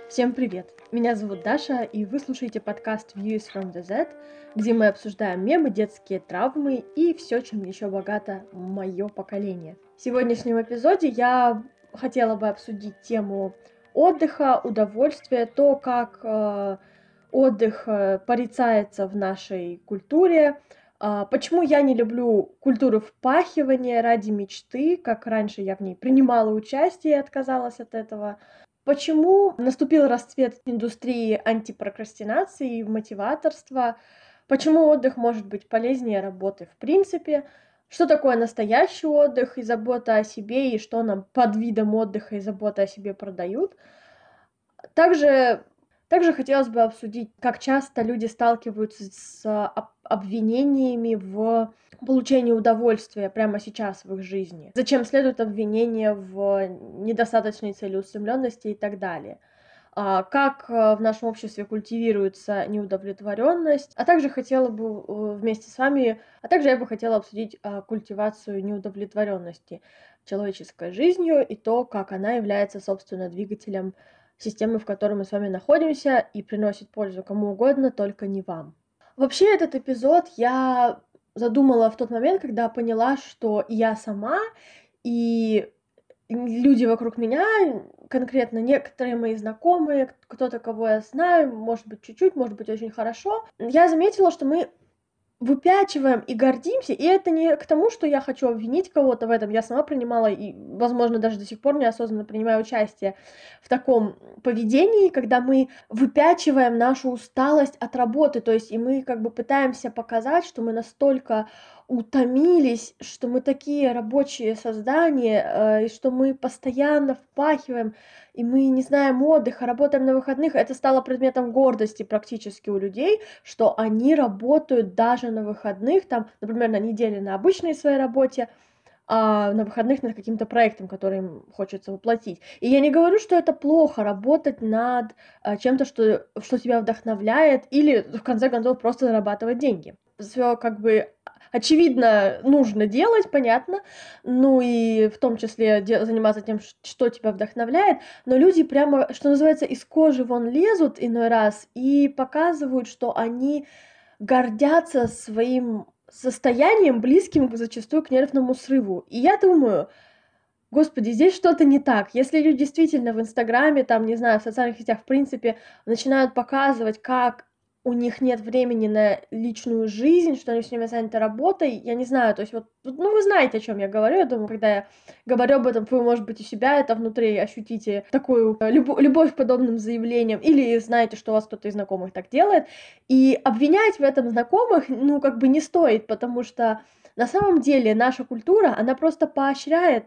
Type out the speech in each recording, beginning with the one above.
Всем привет! Меня зовут Даша, и вы слушаете подкаст Views from the Z, где мы обсуждаем мемы, детские травмы и все, чем еще богато мое поколение. В сегодняшнем эпизоде я хотела бы обсудить тему отдыха, удовольствия, то, как отдых порицается в нашей культуре, почему я не люблю культуру впахивания ради мечты, как раньше я в ней принимала участие и отказалась от этого. Почему наступил расцвет индустрии антипрокрастинации и мотиваторства? Почему отдых может быть полезнее работы в принципе? Что такое настоящий отдых и забота о себе, и что нам под видом отдыха и заботы о себе продают? Также, также хотелось бы обсудить, как часто люди сталкиваются с обвинениями в получении удовольствия прямо сейчас в их жизни. Зачем следует обвинения в недостаточной целеустремленности и так далее. Как в нашем обществе культивируется неудовлетворенность, а также хотела бы вместе с вами, а также я бы хотела обсудить культивацию неудовлетворенности человеческой жизнью и то, как она является, собственно, двигателем системы, в которой мы с вами находимся, и приносит пользу кому угодно, только не вам. Вообще, этот эпизод я задумала в тот момент, когда поняла, что и я сама, и люди вокруг меня, конкретно некоторые мои знакомые, кто-то, кого я знаю, может быть, чуть-чуть, может быть, очень хорошо, я заметила, что мы выпячиваем и гордимся, и это не к тому, что я хочу обвинить кого-то в этом. Я сама принимала и, возможно, даже до сих пор неосознанно принимаю участие в таком поведении, когда мы выпячиваем нашу усталость от работы, то есть и мы как бы пытаемся показать, что мы настолько утомились, что мы такие рабочие создания, и что мы постоянно впахиваем, и мы не знаем отдыха, работаем на выходных. Это стало предметом гордости практически у людей, что они работают даже на выходных, там, например, на неделе на обычной своей работе, а на выходных над каким-то проектом, который им хочется воплотить. И я не говорю, что это плохо работать над чем-то, что тебя вдохновляет, или, в конце концов, просто зарабатывать деньги. Все как бы очевидно нужно делать, понятно, ну и в том числе заниматься тем, что тебя вдохновляет, но люди прямо, что называется, из кожи вон лезут иной раз и показывают, что они гордятся своим состоянием, близким зачастую к нервному срыву. И я думаю: "Господи, здесь что-то не так". Если люди действительно в "Инстаграме", там, не знаю, в социальных сетях, в принципе, начинают показывать, как у них нет времени на личную жизнь, что они всё время заняты работой, я не знаю, то есть вот, ну, вы знаете, о чём я говорю. Я думаю, когда я говорю об этом, вы, может быть, у себя это внутри ощутите такую любовь к подобным заявлениям, или знаете, что у вас кто-то из знакомых так делает. И обвинять в этом знакомых, ну, как бы не стоит, потому что на самом деле наша культура, она просто поощряет,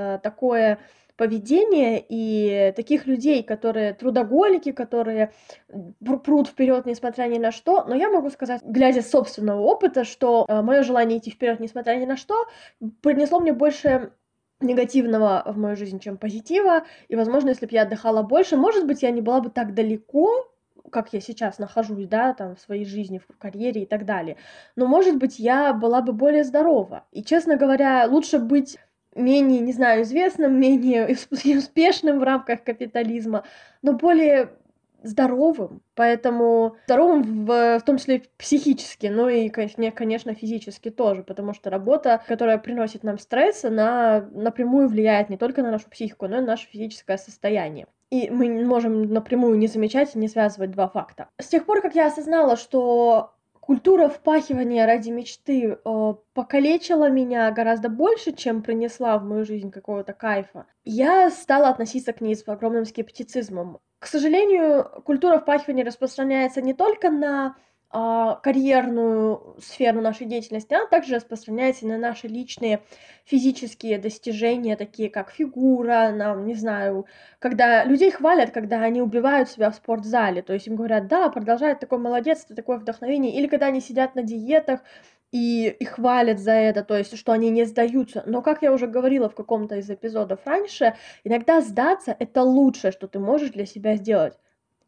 такое поведение и таких людей, которые трудоголики, которые прут вперед, несмотря ни на что. Но я могу сказать, глядя с собственного опыта, что мое желание идти вперед, несмотря ни на что, принесло мне больше негативного в мою жизнь, чем позитива. И, возможно, если бы я отдыхала больше, может быть, я не была бы так далеко, как я сейчас нахожусь, да, там, в своей жизни, в карьере и так далее. Но, может быть, я была бы более здорова. И, честно говоря, лучше быть менее, не знаю, известным, менее успешным в рамках капитализма, но более здоровым. Поэтому здоровым в том числе психически, ну и, конечно, физически тоже, потому что работа, которая приносит нам стресс, она напрямую влияет не только на нашу психику, но и на наше физическое состояние. И мы не можем напрямую не замечать и не связывать два факта. С тех пор, как я осознала, что культура впахивания ради мечты, покалечила меня гораздо больше, чем принесла в мою жизнь какого-то кайфа, я стала относиться к ней с огромным скептицизмом. К сожалению, культура впахивания распространяется не только на карьерную сферу нашей деятельности, она также распространяется и на наши личные физические достижения, такие как фигура, нам, не знаю, когда людей хвалят, когда они убивают себя в спортзале, то есть им говорят: "Да, продолжай, ты такой молодец, ты такое вдохновение". Или когда они сидят на диетах и хвалят за это, то есть что они не сдаются. Но, как я уже говорила в каком-то из эпизодов раньше, иногда сдаться — это лучшее, что ты можешь для себя сделать.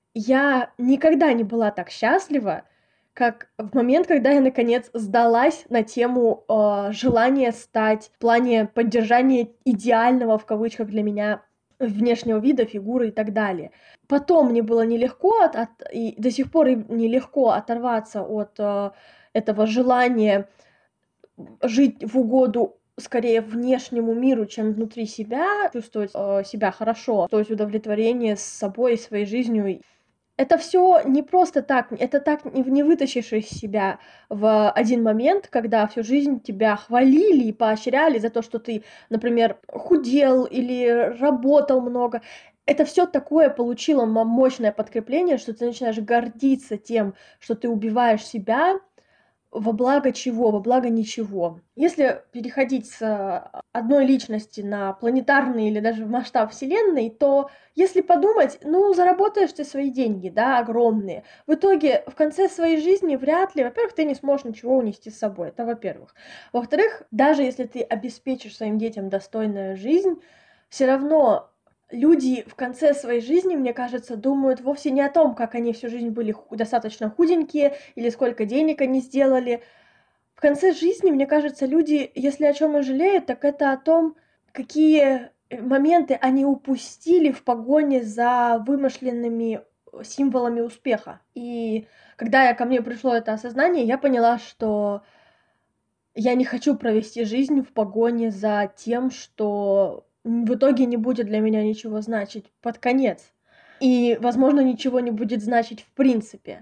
Я никогда не была так счастлива, как в момент, когда я наконец сдалась на тему, желания стать в плане поддержания "идеального" в кавычках для меня внешнего вида, фигуры и так далее. потом мне было нелегко, и до сих пор нелегко оторваться от этого желания жить в угоду скорее внешнему миру, чем внутри себя, чувствовать себя хорошо, то есть удовлетворение с собой и своей жизнью. Это все не просто так, это так не вытащишь из себя в один момент, когда всю жизнь тебя хвалили и поощряли за то, что ты, например, худел или работал много. Это все такое получило мощное подкрепление, что ты начинаешь гордиться тем, что ты убиваешь себя во благо чего? Во благо ничего. Если переходить с одной личности на планетарный или даже в масштаб Вселенной, то если подумать, ну, заработаешь ты свои деньги, да, огромные. В итоге, в конце своей жизни вряд ли, во-первых, ты не сможешь ничего унести с собой, это во-первых. Во-вторых, даже если ты обеспечишь своим детям достойную жизнь, все равно люди в конце своей жизни, мне кажется, думают вовсе не о том, как они всю жизнь были достаточно худенькие или сколько денег они сделали. В конце жизни, мне кажется, люди, если о чем и жалеют, так это о том, какие моменты они упустили в погоне за вымышленными символами успеха. И когда ко мне пришло это осознание, я поняла, что я не хочу провести жизнь в погоне за тем, что в итоге не будет для меня ничего значить под конец. И, возможно, ничего не будет значить в принципе.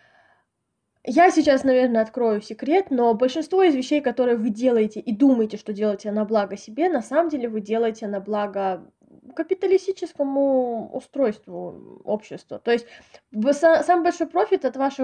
Я сейчас, наверное, открою секрет, но большинство из вещей, которые вы делаете и думаете, что делаете на благо себе, на самом деле вы делаете на благо капиталистическому устройству общества. То есть самый большой профит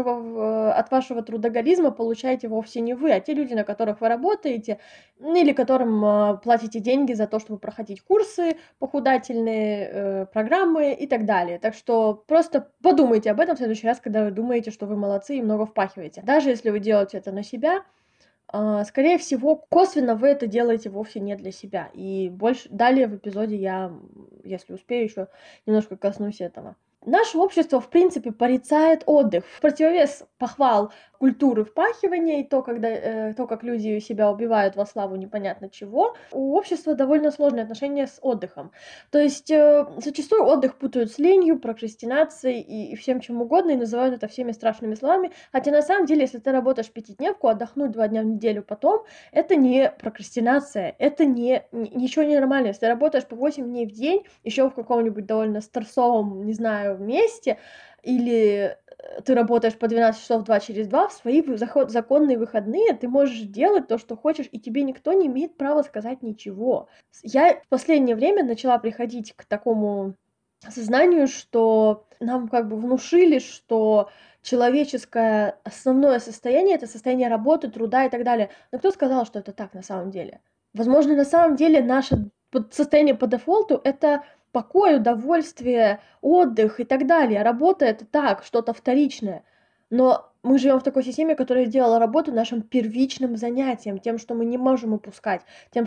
от вашего трудоголизма получаете вовсе не вы, а те люди, на которых вы работаете, или которым платите деньги за то, чтобы проходить курсы, похудательные программы и так далее. Так что просто подумайте об этом в следующий раз, когда вы думаете, что вы молодцы и много впахиваете. Даже если вы делаете это на себя, скорее всего, косвенно вы это делаете вовсе не для себя. И больше далее в эпизоде я, если успею, еще немножко коснусь этого. Наше общество, в принципе, порицает отдых. В противовес похвал культуры впахивания и то, как люди себя убивают во славу непонятно чего, у общества довольно сложные отношения с отдыхом. То есть зачастую отдых путают с ленью, прокрастинацией и всем чем угодно, и называют это всеми страшными словами. Хотя на самом деле, если ты работаешь пятидневку, отдохнуть 2 дня в неделю потом, это не прокрастинация, это ничего не нормально. Если ты работаешь по 8 дней в день, еще в каком-нибудь довольно стрессовом, не знаю, месте, или ты работаешь по 12 часов 2 через 2, в свои законные выходные ты можешь делать то, что хочешь, и тебе никто не имеет права сказать ничего. Я в последнее время начала приходить к такому осознанию, что нам как бы внушили, что человеческое основное состояние — это состояние работы, труда и так далее. Но кто сказал, что это так на самом деле? Возможно, на самом деле наше состояние по дефолту — это покой, удовольствие, отдых и так далее. А работа — это так, что-то вторичное. Но мы живем в такой системе, которая сделала работу нашим первичным занятием, тем, что мы не можем упускать, тем,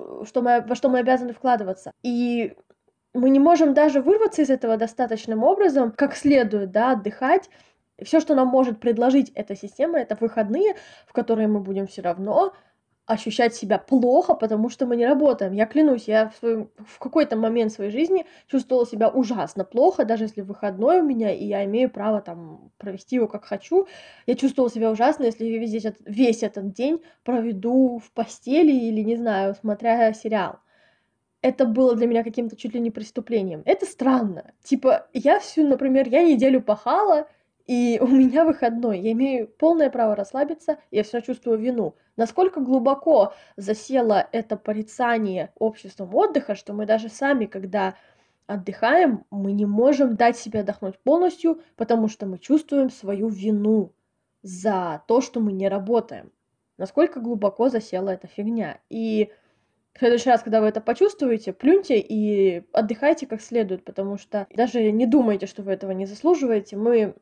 во что мы обязаны вкладываться. И мы не можем даже вырваться из этого достаточным образом, как следует, да, отдыхать. Все, что нам может предложить эта система, это выходные, в которые мы будем все равно ощущать себя плохо, потому что мы не работаем. Я клянусь, я в какой-то момент своей жизни чувствовала себя ужасно плохо, даже если выходной у меня, и я имею право там провести его как хочу. Я чувствовала себя ужасно, если я весь этот день проведу в постели или, не знаю, смотря сериал. Это было для меня каким-то чуть ли не преступлением. Это странно. Типа, например, я неделю пахала, и у меня выходной. Я имею полное право расслабиться, я все чувствую вину. Насколько глубоко засело это порицание обществом отдыха, что мы даже сами, когда отдыхаем, мы не можем дать себе отдохнуть полностью, потому что мы чувствуем свою вину за то, что мы не работаем. Насколько глубоко засела эта фигня. И в следующий раз, когда вы это почувствуете, плюньте и отдыхайте как следует, потому что даже не думайте, что вы этого не заслуживаете.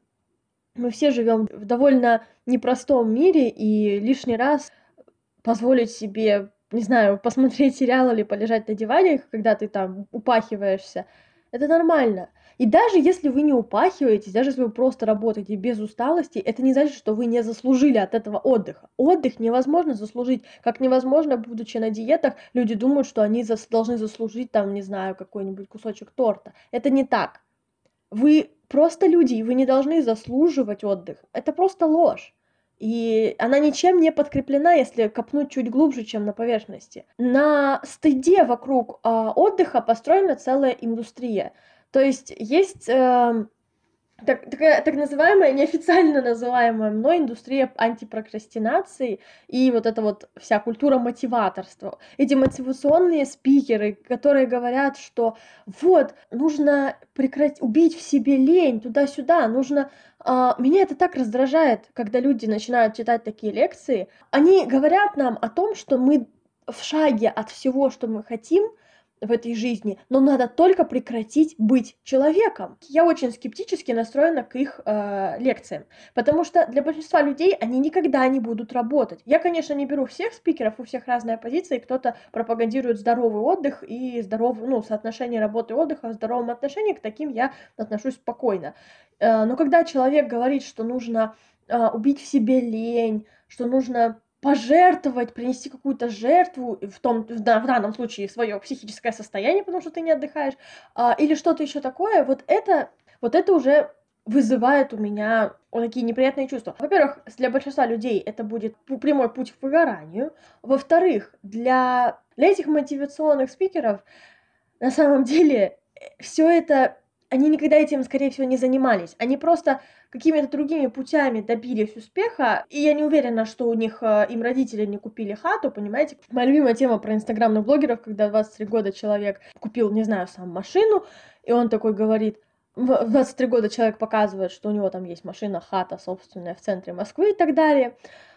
Мы все живем в довольно непростом мире, и лишний раз позволить себе, не знаю, посмотреть сериал или полежать на диване, когда ты там упахиваешься, это нормально. И даже если вы не упахиваетесь, даже если вы просто работаете без усталости, это не значит, что вы не заслужили от этого отдыха. Отдых невозможно заслужить. Как невозможно, будучи на диетах, люди думают, что они должны заслужить, там, не знаю, какой-нибудь кусочек торта. Это не так. Вы просто люди, и вы не должны заслуживать отдых. Это просто ложь. И она ничем не подкреплена, если копнуть чуть глубже, чем на поверхности. На стыде вокруг отдыха построена целая индустрия. То есть так называемая, неофициально называемая мной индустрия антипрокрастинации и вот эта вот вся культура мотиваторства. Эти мотивационные спикеры, которые говорят, что вот, нужно убить в себе лень туда-сюда, нужно... Меня это так раздражает, когда люди начинают читать такие лекции. Они говорят нам о том, что мы в шаге от всего, что мы хотим, в этой жизни, но надо только прекратить быть человеком. Я очень скептически настроена к их лекциям, потому что для большинства людей они никогда не будут работать. Я, конечно, не беру всех спикеров, у всех разная позиция, и кто-то пропагандирует здоровый отдых и соотношение работы и отдыха в здоровом отношении, к таким я отношусь спокойно. Но когда человек говорит, что нужно убить в себе лень, что нужно пожертвовать, принести какую-то жертву, в данном случае свое психическое состояние, потому что ты не отдыхаешь, или что-то еще такое, вот это уже вызывает у меня вот такие неприятные чувства. Во-первых, для большинства людей это будет прямой путь к выгоранию. Во-вторых, для этих мотивационных спикеров на самом деле все это они никогда этим, скорее всего, не занимались. Они просто какими-то другими путями добились успеха, и я не уверена, что у них им родители не купили хату, понимаете? Моя любимая тема про инстаграмных блогеров, когда в 23 года человек купил, не знаю, сам машину, и он такой говорит, в 23 года человек показывает, что у него там есть машина, хата собственная в центре Москвы и так далее.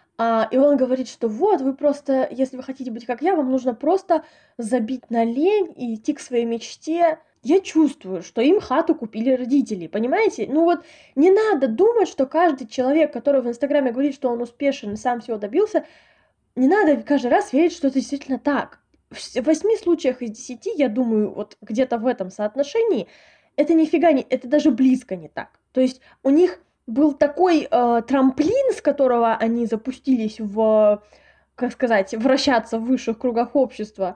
И он говорит, что вот, вы просто, если вы хотите быть как я, вам нужно просто забить на лень и идти к своей мечте. Я чувствую, что им хату купили родители, понимаете? Ну вот не надо думать, что каждый человек, который в Инстаграме говорит, что он успешен и сам всего добился, не надо каждый раз верить, что это действительно так. В 8 случаях из 10, я думаю, вот где-то в этом соотношении, это нифига не, это даже близко не так. То есть у них был такой трамплин, с которого они запустились как сказать, вращаться в высших кругах общества,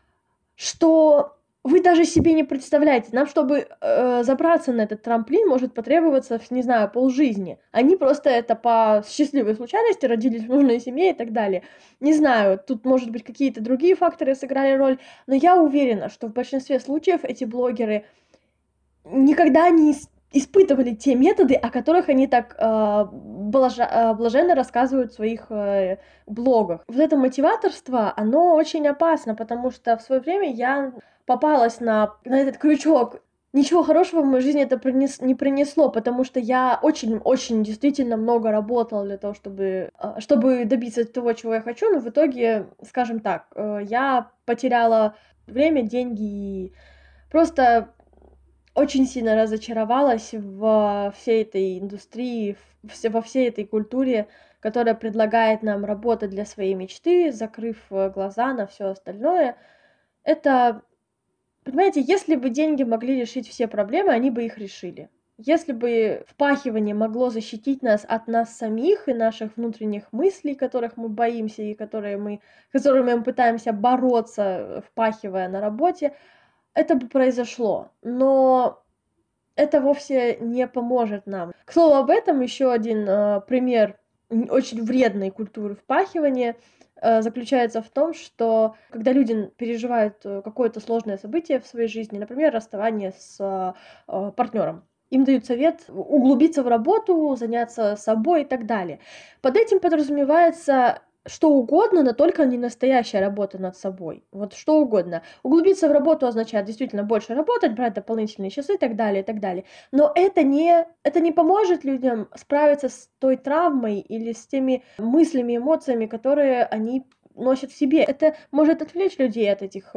что вы даже себе не представляете. Нам, чтобы забраться на этот трамплин, может потребоваться, не знаю, полжизни. Они просто это по счастливой случайности родились в нужной семье и так далее. Не знаю, тут, может быть, какие-то другие факторы сыграли роль, но я уверена, что в большинстве случаев эти блогеры никогда не испытывали те методы, о которых они так блаженно рассказывают в своих блогах. Вот это мотиваторство, оно очень опасно, потому что в свое время я попалась на этот крючок. Ничего хорошего в моей жизни это не принесло, потому что я очень-очень действительно много работала для того, чтобы добиться того, чего я хочу, но в итоге, скажем так, я потеряла время, деньги и просто очень сильно разочаровалась во всей этой индустрии, во всей этой культуре, которая предлагает нам работать для своей мечты, закрыв глаза на все остальное. Это, понимаете, если бы деньги могли решить все проблемы, они бы их решили. Если бы впахивание могло защитить нас от нас самих и наших внутренних мыслей, которых мы боимся и которыми мы пытаемся бороться, впахивая на работе, это бы произошло. Но это вовсе не поможет нам. К слову об этом, еще один пример очень вредной культуры впахивания заключается в том, что когда люди переживают какое-то сложное событие в своей жизни, например, расставание с партнером, им дают совет углубиться в работу, заняться собой и так далее. Под этим подразумевается что угодно, но только не настоящая работа над собой. Вот что угодно. Углубиться в работу означает действительно больше работать, брать дополнительные часы и так далее, и так далее. Но это не поможет людям справиться с той травмой или с теми мыслями, эмоциями, которые они носят в себе. Это может отвлечь людей от этих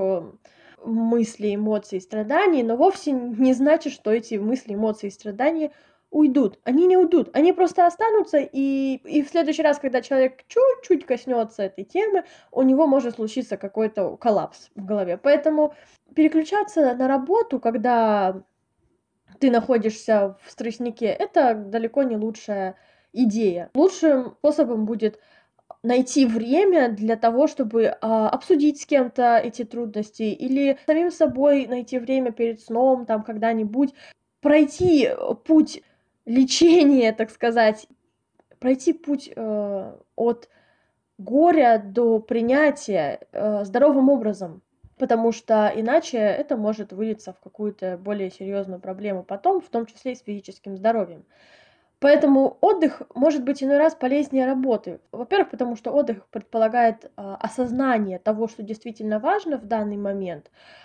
мыслей, эмоций, страданий, но вовсе не значит, что эти мысли, эмоции и страдания уйдут. Они не уйдут, они просто останутся, и в следующий раз, когда человек чуть-чуть коснется этой темы, у него может случиться какой-то коллапс в голове. Поэтому переключаться на работу, когда ты находишься в стресснике, это далеко не лучшая идея. Лучшим способом будет найти время для того, чтобы обсудить с кем-то эти трудности или самим собой найти время перед сном там когда-нибудь. пройти путь лечения, так сказать, пройти путь от горя до принятия здоровым образом, потому что иначе это может вылиться в какую-то более серьезную проблему потом, в том числе и с физическим здоровьем. Поэтому отдых может быть иной раз полезнее работы. Во-первых, потому что отдых предполагает осознание того, что действительно важно в данный момент.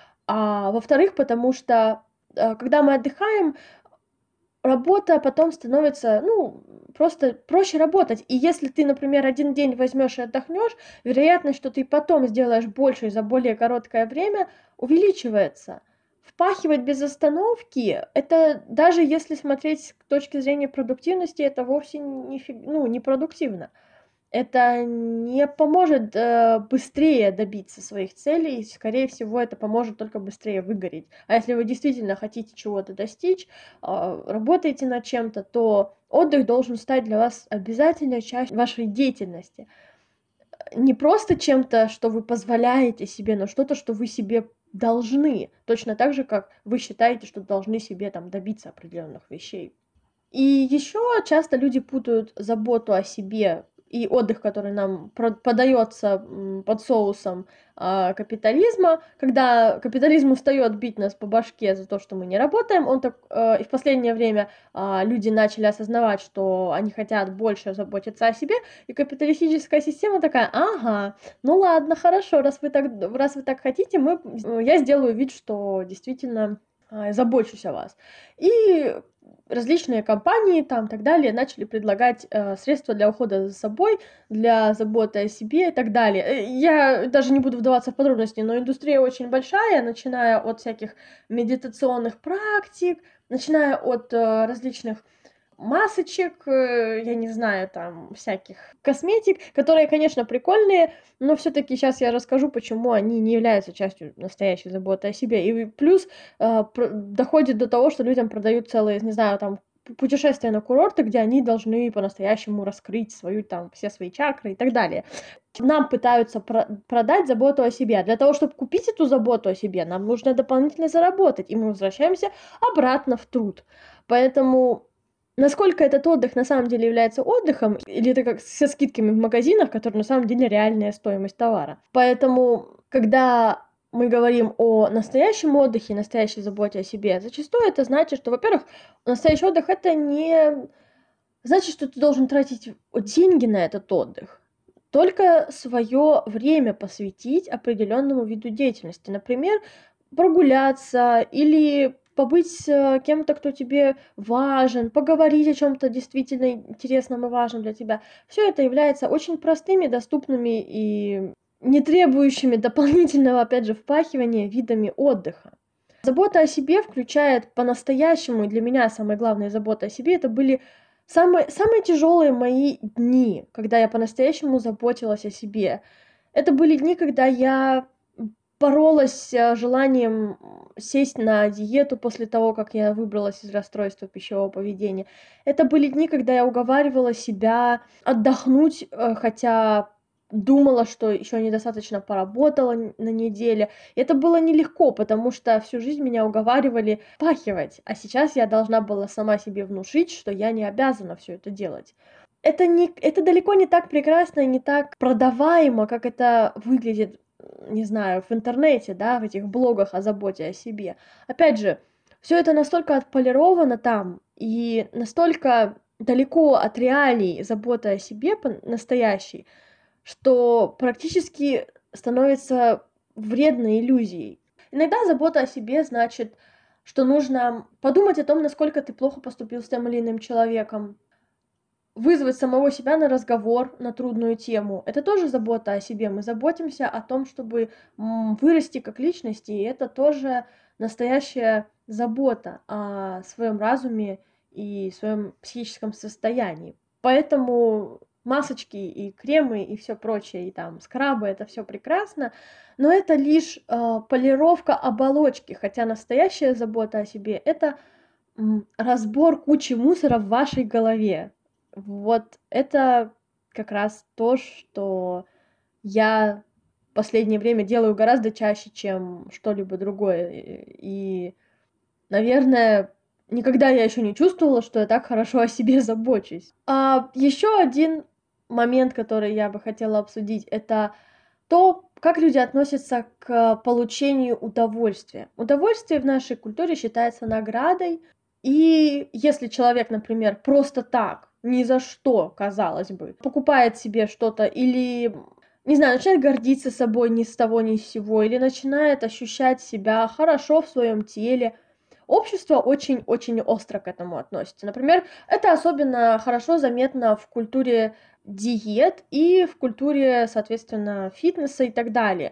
А во-вторых, потому что когда мы отдыхаем, работа потом становится, ну, просто проще работать. И если ты, например, один день возьмешь и отдохнешь, вероятность, что ты потом сделаешь больше за более короткое время, увеличивается. Впахивать без остановки, это даже если смотреть с точки зрения продуктивности, это вовсе не продуктивно. Это не поможет быстрее добиться своих целей, и, скорее всего, это поможет только быстрее выгореть. А если вы действительно хотите чего-то достичь, работаете над чем-то, то отдых должен стать для вас обязательной частью вашей деятельности. Не просто чем-то, что вы позволяете себе, но что-то, что вы себе должны. Точно так же, как вы считаете, что должны себе там добиться определенных вещей. И еще часто люди путают заботу о себе и отдых, который нам подается под соусом капитализма. Когда капитализм устает бить нас по башке за то, что мы не работаем, и в последнее время люди начали осознавать, что они хотят больше заботиться о себе, и капиталистическая система такая: ага, ну ладно, хорошо, раз вы так хотите, я сделаю вид, что действительно забочусь о вас. И различные компании там так далее начали предлагать средства для ухода за собой, для заботы о себе и так далее. Я даже не буду вдаваться в подробности, но индустрия очень большая, начиная от всяких медитационных практик, начиная от различных масочек, я не знаю, там, всяких косметик, которые, конечно, прикольные, но все-таки сейчас я расскажу, почему они не являются частью настоящей заботы о себе. И плюс доходит до того, что людям продают целые, не знаю, там, путешествия на курорты, где они должны по-настоящему раскрыть все свои чакры и так далее. Нам пытаются продать заботу о себе. А для того, чтобы купить эту заботу о себе, нам нужно дополнительно заработать, и мы возвращаемся обратно в труд. Поэтому насколько этот отдых на самом деле является отдыхом, или это как со скидками в магазинах, которые на самом деле реальная стоимость товара. Поэтому, когда мы говорим о настоящем отдыхе, настоящей заботе о себе, зачастую это значит, что, во-первых, настоящий отдых — это не значит, что ты должен тратить деньги на этот отдых. Только свое время посвятить определенному виду деятельности. Например, прогуляться или побыть с кем-то, кто тебе важен, поговорить о чем-то действительно интересном и важном для тебя. Все это является очень простыми, доступными и не требующими дополнительного, опять же, впахивания видами отдыха. Забота о себе включает по-настоящему, и для меня самая главная забота о себе, это были самые тяжелые мои дни, когда я по-настоящему заботилась о себе. Это были дни, когда я боролась с желанием сесть на диету после того, как я выбралась из расстройства пищевого поведения. Это были дни, когда я уговаривала себя отдохнуть, хотя думала, что еще недостаточно поработала на неделе. И это было нелегко, потому что всю жизнь меня уговаривали пахивать, а сейчас я должна была сама себе внушить, что я не обязана все это делать. Это далеко не так прекрасно и не так продаваемо, как это выглядит, не знаю, в интернете, да, в этих блогах о заботе о себе. Опять же, все это настолько отполировано там и настолько далеко от реалий заботы о себе настоящей, что практически становится вредной иллюзией. Иногда забота о себе значит, что нужно подумать о том, насколько ты плохо поступил с тем или иным человеком, вызвать самого себя на разговор на трудную тему. Это тоже забота о себе. Мы заботимся о том, чтобы вырасти как личности, и это тоже настоящая забота о своем разуме и своем психическом состоянии. Поэтому масочки и кремы и все прочее, и там скрабы — это все прекрасно, но это лишь полировка оболочки, хотя настоящая забота о себе — это разбор кучи мусора в вашей голове. Вот это как раз то, что я в последнее время делаю гораздо чаще, чем что-либо другое. И, наверное, Никогда я еще не чувствовала, что я так хорошо о себе забочусь. А еще один момент, который я бы хотела обсудить, это то, как люди относятся к получению удовольствия. Удовольствие в нашей культуре считается наградой, и если человек, например, просто так, ни за что, казалось бы, покупает себе что-то или, не знаю, начинает гордиться собой ни с того ни с сего, или начинает ощущать себя хорошо в своем теле, общество очень-очень остро к этому относится. Например, это особенно хорошо заметно в культуре диет и в культуре, соответственно, фитнеса и так далее.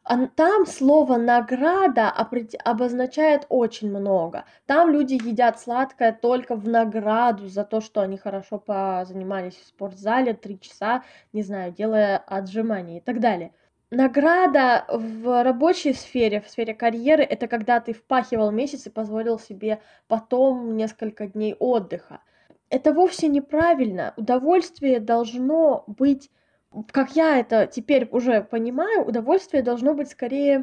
Там слово награда обозначает очень много. Там люди едят сладкое только в награду за то, что они хорошо позанимались в спортзале 3 часа, не знаю, делая отжимания и так далее. Награда в рабочей сфере, в сфере карьеры, это когда ты впахивал месяц и позволил себе потом несколько дней отдыха. Это вовсе неправильно. Удовольствие должно быть, как я это теперь уже понимаю, удовольствие должно быть скорее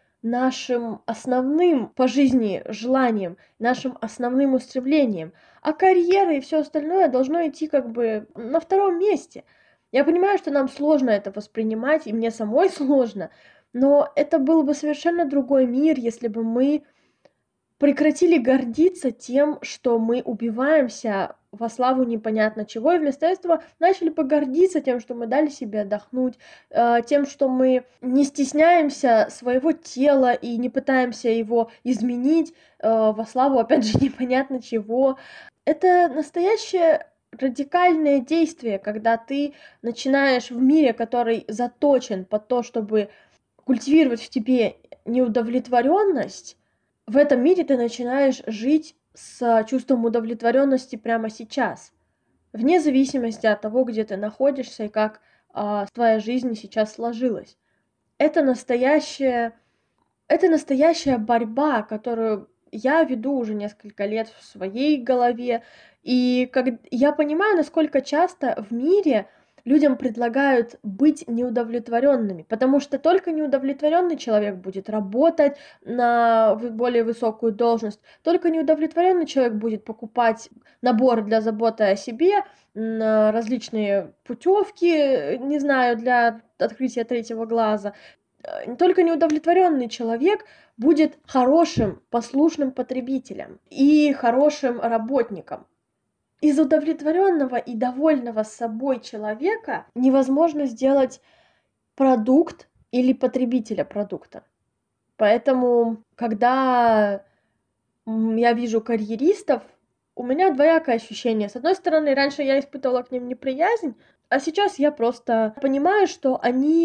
нашим основным по жизни желанием, нашим основным устремлением, а карьера и все остальное должно идти как бы на втором месте. Я понимаю, что нам сложно это воспринимать, и мне самой сложно, но это был бы совершенно другой мир, если бы мы прекратили гордиться тем, что мы убиваемся во славу непонятно чего, и вместо этого начали бы гордиться тем, что мы дали себе отдохнуть, тем, что мы не стесняемся своего тела и не пытаемся его изменить во славу, опять же, непонятно чего. Это настоящее радикальное действие, когда ты начинаешь в мире, который заточен под то, чтобы культивировать в тебе неудовлетворенность, в этом мире ты начинаешь жить с чувством удовлетворенности прямо сейчас, вне зависимости от того, где ты находишься и как твоя жизнь сейчас сложилась. Это настоящая, это настоящая борьба, которую я веду уже несколько лет в своей голове, и я понимаю, насколько часто в мире людям предлагают быть неудовлетворенными, потому что только неудовлетворенный человек будет работать на более высокую должность, только неудовлетворенный человек будет покупать набор для заботы о себе, на различные путевки, не знаю, для открытия третьего глаза. Только неудовлетворенный человек будет хорошим, послушным потребителем и хорошим работником. Из удовлетворенного и довольного собой человека невозможно сделать продукт или потребителя продукта. Поэтому, когда я вижу карьеристов, у меня двоякое ощущение. С одной стороны, раньше я испытывала к ним неприязнь, а сейчас я просто понимаю, что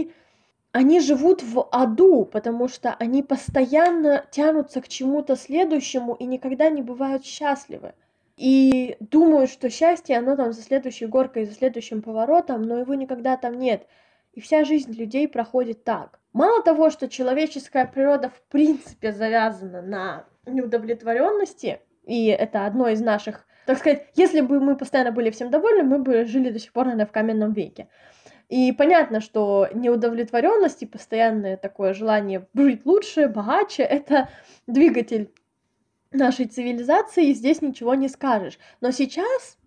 они живут в аду, потому что они постоянно тянутся к чему-то следующему и никогда не бывают счастливы. И думают, что счастье, оно там за следующей горкой, за следующим поворотом, но его никогда там нет. И вся жизнь людей проходит так. Мало того, что человеческая природа в принципе завязана на неудовлетворенности, и это одно из наших, так сказать, если бы мы постоянно были всем довольны, мы бы жили до сих пор, наверное, в каменном веке. И понятно, что неудовлетворенность и постоянное такое желание жить лучше, богаче — это двигатель нашей цивилизации, и здесь ничего не скажешь. Но сейчас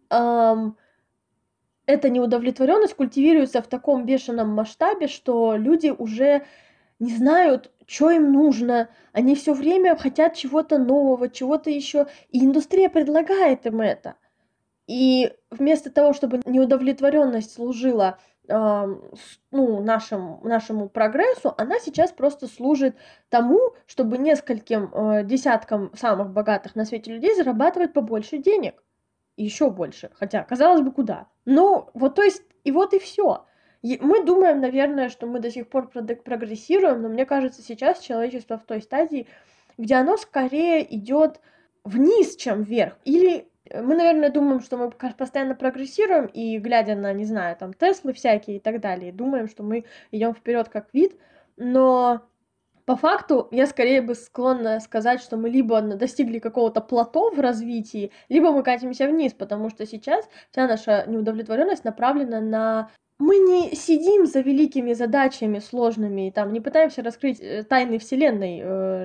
эта неудовлетворенность культивируется в таком бешеном масштабе, что люди уже не знают, что им нужно. Они все время хотят чего-то нового, чего-то еще, и индустрия предлагает им это. И вместо того, чтобы неудовлетворенность служила ну, нашему прогрессу, она сейчас просто служит тому, чтобы нескольким десяткам самых богатых на свете людей зарабатывать побольше денег. И еще больше. Хотя, казалось бы, куда? Ну, вот то есть, и вот и все. Мы думаем, наверное, что мы до сих пор прогрессируем, но мне кажется, сейчас человечество в той стадии, где оно скорее идет вниз, чем вверх. Или мы, наверное, думаем, что мы постоянно прогрессируем, и глядя на, не знаю, там, Теслы всякие и так далее, думаем, что мы идем вперед как вид, но по факту я скорее бы склонна сказать, что мы либо достигли какого-то плато в развитии, либо мы катимся вниз, потому что сейчас вся наша неудовлетворенность направлена на... Мы не сидим за великими задачами сложными, там, не пытаемся раскрыть тайны Вселенной,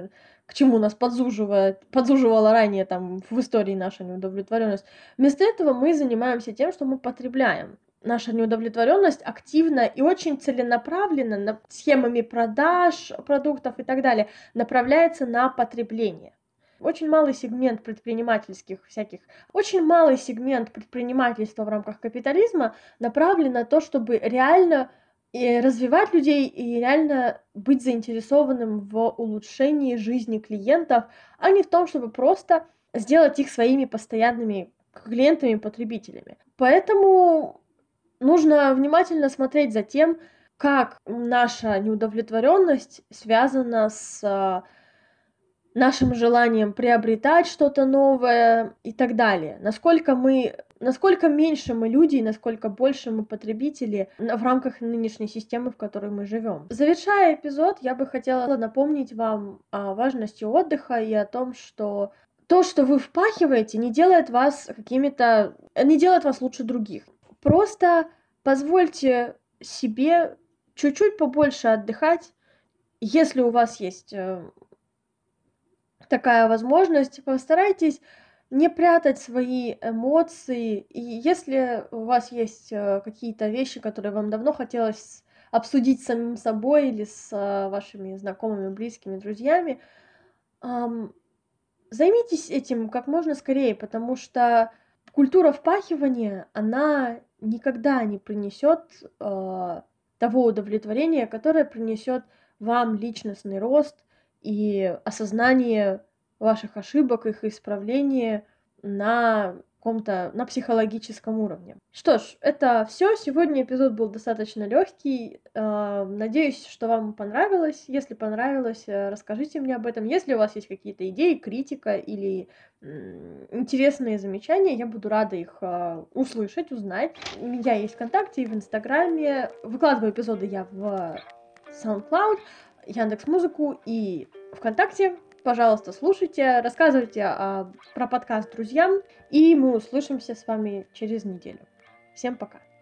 к чему нас подзуживала ранее там в истории наша неудовлетворенность. Вместо этого мы занимаемся тем, что мы потребляем. Наша неудовлетворенность активно и очень целенаправленно схемами продаж продуктов и так далее направляется на потребление. Очень малый сегмент предпринимательских всяких, очень малый сегмент предпринимательства в рамках капитализма направлен на то, чтобы реально и развивать людей и реально быть заинтересованным в улучшении жизни клиентов, а не в том, чтобы просто сделать их своими постоянными клиентами и потребителями. Поэтому нужно внимательно смотреть за тем, как наша неудовлетворенность связана с нашим желанием приобретать что-то новое и так далее. Насколько меньше мы люди, и насколько больше мы потребители в рамках нынешней системы, в которой мы живем. Завершая эпизод, я бы хотела напомнить вам о важности отдыха и о том, что то, что вы впахиваете, не делает вас лучше других. Просто позвольте себе чуть-чуть побольше отдыхать, если у вас есть такая возможность, постарайтесь не прятать свои эмоции, и если у вас есть какие-то вещи, которые вам давно хотелось обсудить с самим собой или с вашими знакомыми, близкими, друзьями, займитесь этим как можно скорее, потому что культура впахивания, она никогда не принесет того удовлетворения, которое принесет вам личностный рост и осознание ваших ошибок, их исправление на психологическом уровне. Что ж, это все. Сегодня эпизод был достаточно легкий. Надеюсь, что вам понравилось. Если понравилось, расскажите мне об этом. Если у вас есть какие-то идеи, критика или интересные замечания, я буду рада их услышать, узнать. У меня есть ВКонтакте и в Инстаграме. Выкладываю эпизоды я в SoundCloud, Яндекс.Музыку и ВКонтакте. Пожалуйста, слушайте, рассказывайте про подкаст друзьям, и мы услышимся с вами через неделю. Всем пока!